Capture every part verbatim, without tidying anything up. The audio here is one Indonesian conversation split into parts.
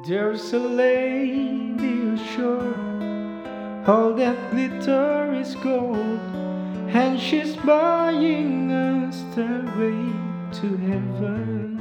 There's a lady ashore, all that glitter is gold, and she's buying a stairway to heaven.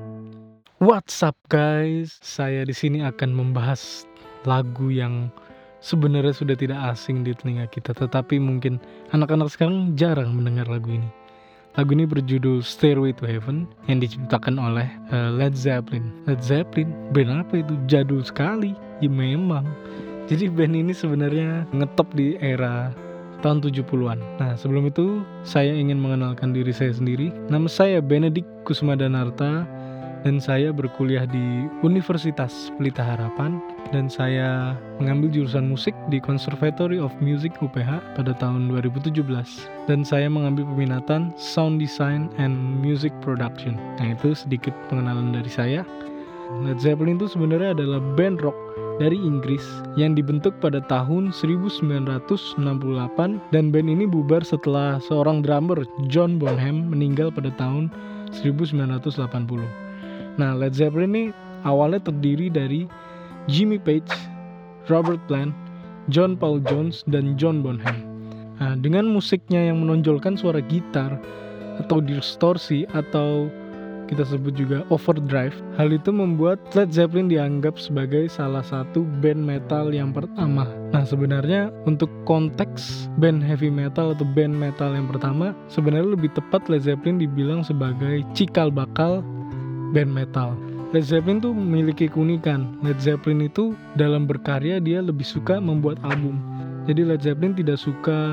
What's up guys? Saya di sini akan membahas lagu yang sebenarnya sudah tidak asing di telinga kita, tetapi mungkin anak-anak sekarang jarang mendengar lagu ini. Lagu ini berjudul Stairway to Heaven yang diciptakan oleh uh, Led Zeppelin. Led Zeppelin, band apa itu? Jadul sekali. Ya memang. Jadi band ini sebenarnya ngetop di era tahun tujuh puluhan. Nah, sebelum itu saya ingin mengenalkan diri saya sendiri. Nama saya Benedict Kusmadanarta dan saya berkuliah di Universitas Pelita Harapan dan saya mengambil jurusan musik di Conservatory of Music U P H pada tahun dua ribu tujuh belas dan saya mengambil peminatan Sound Design and Music Production. Nah, itu sedikit pengenalan dari saya. Led Zeppelin itu sebenarnya adalah band rock dari Inggris yang dibentuk pada tahun seribu sembilan ratus enam puluh delapan dan band ini bubar setelah seorang drummer John Bonham meninggal pada tahun seribu sembilan ratus delapan puluh. Nah, Led Zeppelin ini awalnya terdiri dari Jimmy Page, Robert Plant, John Paul Jones, dan John Bonham. Nah, dengan musiknya yang menonjolkan suara gitar atau distorsi atau kita sebut juga overdrive, hal itu membuat Led Zeppelin dianggap sebagai salah satu band metal yang pertama. Nah, sebenarnya untuk konteks band heavy metal atau band metal yang pertama, sebenarnya lebih tepat Led Zeppelin dibilang sebagai cikal bakal band metal. Led Zeppelin tuh memiliki keunikan. Led Zeppelin itu dalam berkarya dia lebih suka membuat album. Jadi Led Zeppelin tidak suka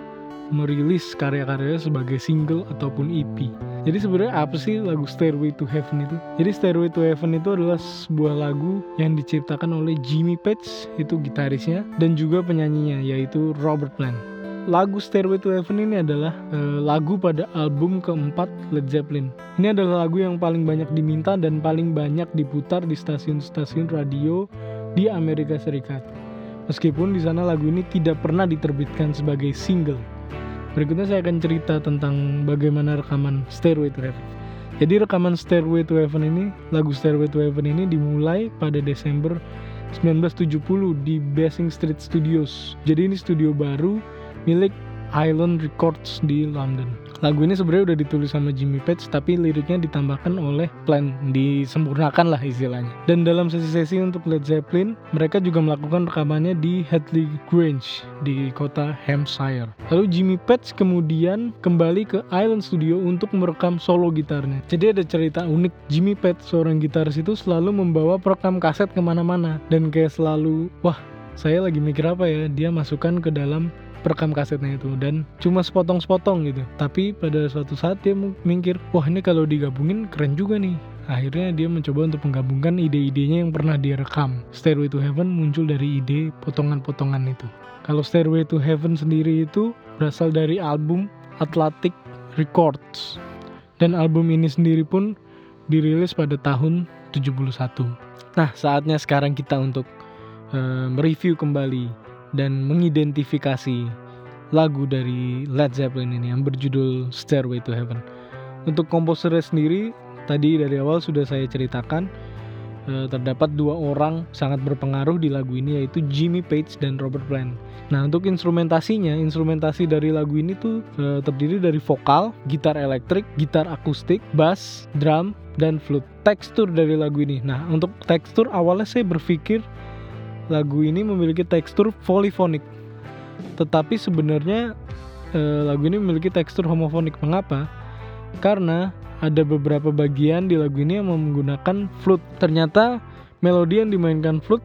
merilis karya-karyanya sebagai single ataupun E P. Jadi sebenarnya apa sih lagu Stairway to Heaven itu? Jadi Stairway to Heaven itu adalah sebuah lagu yang diciptakan oleh Jimmy Page, itu gitarisnya, dan juga penyanyinya yaitu Robert Plant. Lagu Stairway to Heaven ini adalah e, lagu pada album keempat Led Zeppelin. Ini adalah lagu yang paling banyak diminta dan paling banyak diputar di stasiun-stasiun radio di Amerika Serikat. Meskipun di sana lagu ini tidak pernah diterbitkan sebagai single. Berikutnya saya akan cerita tentang bagaimana rekaman Stairway to Heaven. Jadi rekaman Stairway to Heaven ini, lagu Stairway to Heaven ini dimulai pada Desember sembilan belas tujuh puluh di Basing Street Studios. Jadi ini studio baru milik Island Records di London. Lagu ini sebenarnya udah ditulis sama Jimmy Page, tapi liriknya ditambahkan oleh Plant, disempurnakan lah istilahnya. Dan dalam sesi-sesi untuk Led Zeppelin, mereka juga melakukan rekamannya di Headley Grange di kota Hampshire. Lalu Jimmy Page kemudian kembali ke Island Studio untuk merekam solo gitarnya. Jadi ada cerita unik, Jimmy Page seorang gitaris itu selalu membawa perekam kaset kemana-mana dan kayak selalu, wah saya lagi mikir apa ya, dia masukkan ke dalam perekam kasetnya itu dan cuma sepotong-sepotong gitu. Tapi pada suatu saat dia mikir, wah ini kalau digabungin keren juga nih. Akhirnya dia mencoba untuk menggabungkan ide-idenya yang pernah dia rekam. Stairway to Heaven muncul dari ide potongan-potongan itu. Kalau Stairway to Heaven sendiri itu berasal dari album Atlantic Records. Dan album ini sendiri pun dirilis pada tahun tujuh puluh satu. Nah, saatnya sekarang kita untuk uh, mereview kembali dan mengidentifikasi lagu dari Led Zeppelin ini yang berjudul Stairway to Heaven. Untuk komposernya sendiri, tadi dari awal sudah saya ceritakan, eh, terdapat dua orang sangat berpengaruh di lagu ini, yaitu Jimmy Page dan Robert Plant. Nah, untuk instrumentasinya, instrumentasi dari lagu ini tuh eh, terdiri dari vokal, gitar elektrik, gitar akustik, bass, drum, dan flute. Tekstur dari lagu ini, nah untuk tekstur awalnya saya berpikir lagu ini memiliki tekstur polyphonic, tetapi sebenarnya eh, lagu ini memiliki tekstur homofonik. Mengapa? Karena ada beberapa bagian di lagu ini yang menggunakan flute. Ternyata melodi yang dimainkan flute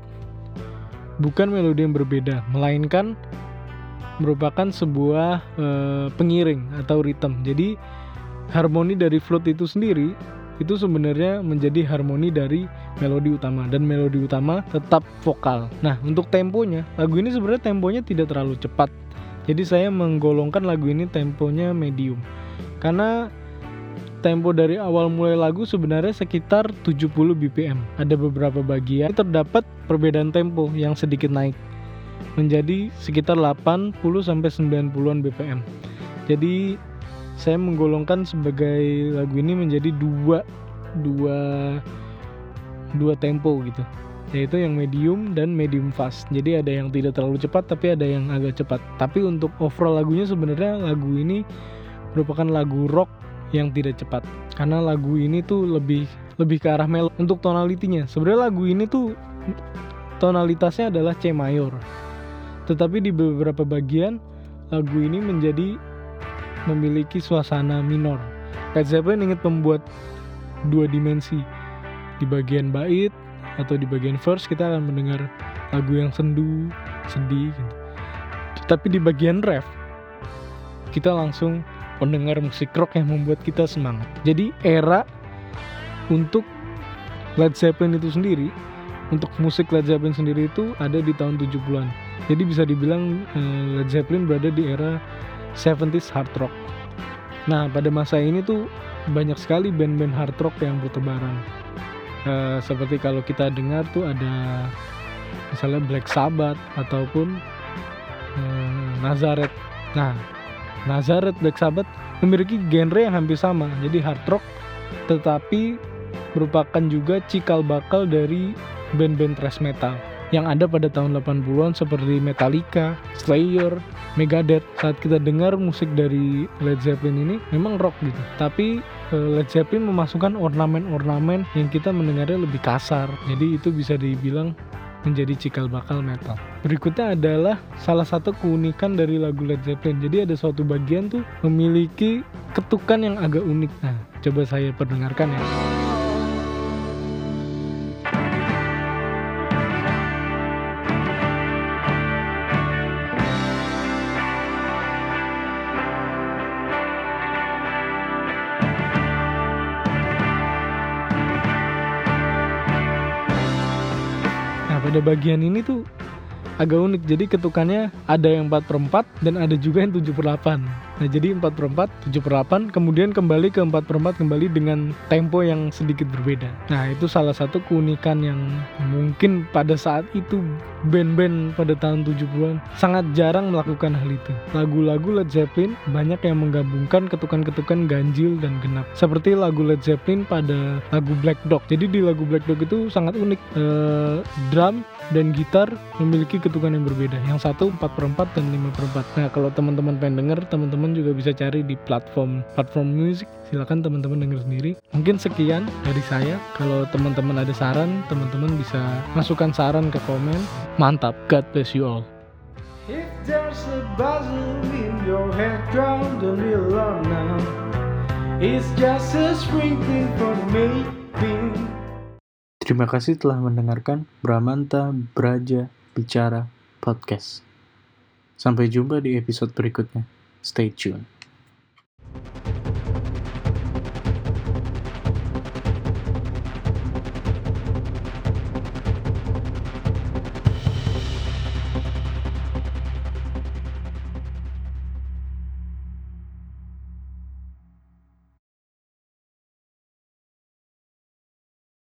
bukan melodi yang berbeda, melainkan merupakan sebuah eh, pengiring atau rhythm. Jadi harmoni dari flute itu sendiri itu sebenarnya menjadi harmoni dari melodi utama, dan melodi utama tetap vokal. Nah, untuk temponya, lagu ini sebenarnya temponya tidak terlalu cepat. Jadi saya menggolongkan lagu ini temponya medium. Karena tempo dari awal mulai lagu sebenarnya sekitar tujuh puluh B P M. Ada beberapa bagian terdapat perbedaan tempo yang sedikit naik menjadi sekitar delapan puluh sampai sembilan puluhan B P M. Jadi saya menggolongkan sebagai lagu ini menjadi dua dua dua tempo gitu, yaitu yang medium dan medium fast. Jadi ada yang tidak terlalu cepat tapi ada yang agak cepat. Tapi untuk overall lagunya sebenarnya lagu ini merupakan lagu rock yang tidak cepat, karena lagu ini tuh lebih lebih ke arah melo. Untuk tonalitinya sebenarnya lagu ini tuh tonalitasnya adalah C mayor, tetapi di beberapa bagian lagu ini menjadi memiliki suasana minor. Led Zeppelin ingin membuat dua dimensi. Di bagian bait atau di bagian verse kita akan mendengar lagu yang sendu, sedih gitu. Tapi di bagian ref kita langsung mendengar musik rock yang membuat kita semangat. Jadi era untuk Led Zeppelin itu sendiri, untuk musik Led Zeppelin sendiri itu ada di tahun tujuh puluhan. Jadi bisa dibilang uh, Led Zeppelin berada di era seventies hard rock. Nah, pada masa ini tuh banyak sekali band-band hard rock yang bertebaran. Uh, seperti kalau kita dengar tuh ada misalnya Black Sabbath ataupun uh, Nazareth. Nah, Nazareth, Black Sabbath memiliki genre yang hampir sama. Jadi hard rock, tetapi merupakan juga cikal bakal dari band-band thrash metal yang ada pada tahun delapan puluhan seperti Metallica, Slayer, Megadeth. Saat kita dengar musik dari Led Zeppelin ini memang rock gitu, tapi Led Zeppelin memasukkan ornamen-ornamen yang kita mendengarnya lebih kasar. Jadi itu bisa dibilang menjadi cikal bakal metal. Berikutnya adalah salah satu keunikan dari lagu Led Zeppelin. Jadi ada suatu bagian tuh memiliki ketukan yang agak unik. Nah, coba saya perdengarkan ya. Pada bagian ini tuh agak unik, jadi ketukannya ada yang empat per empat dan ada juga yang tujuh per delapan. Nah, jadi empat per empat, tujuh per delapan, kemudian kembali ke empat per empat kembali dengan tempo yang sedikit berbeda. Nah, itu salah satu keunikan yang mungkin pada saat itu band-band pada tahun tujuh puluhan sangat jarang melakukan hal itu. Lagu-lagu Led Zeppelin banyak yang menggabungkan ketukan-ketukan ganjil dan genap. Seperti lagu Led Zeppelin pada lagu Black Dog. Jadi di lagu Black Dog itu sangat unik. Eee, drum dan gitar memiliki ketukan yang berbeda. Yang satu empat per empat dan lima per empat. Nah, kalau teman-teman pengen denger, teman-teman juga bisa cari di platform platform musik. Silakan teman-teman denger sendiri. Mungkin sekian dari saya. Kalau teman-teman ada saran, teman-teman bisa masukkan saran ke komen. Mantap. God bless you all. If there's a buzzing in your head, drown the real love now. It's just a sprinkling for the making. Terima kasih telah mendengarkan Bramanta Braja Bicara Podcast. Sampai jumpa di episode berikutnya. Stay tuned.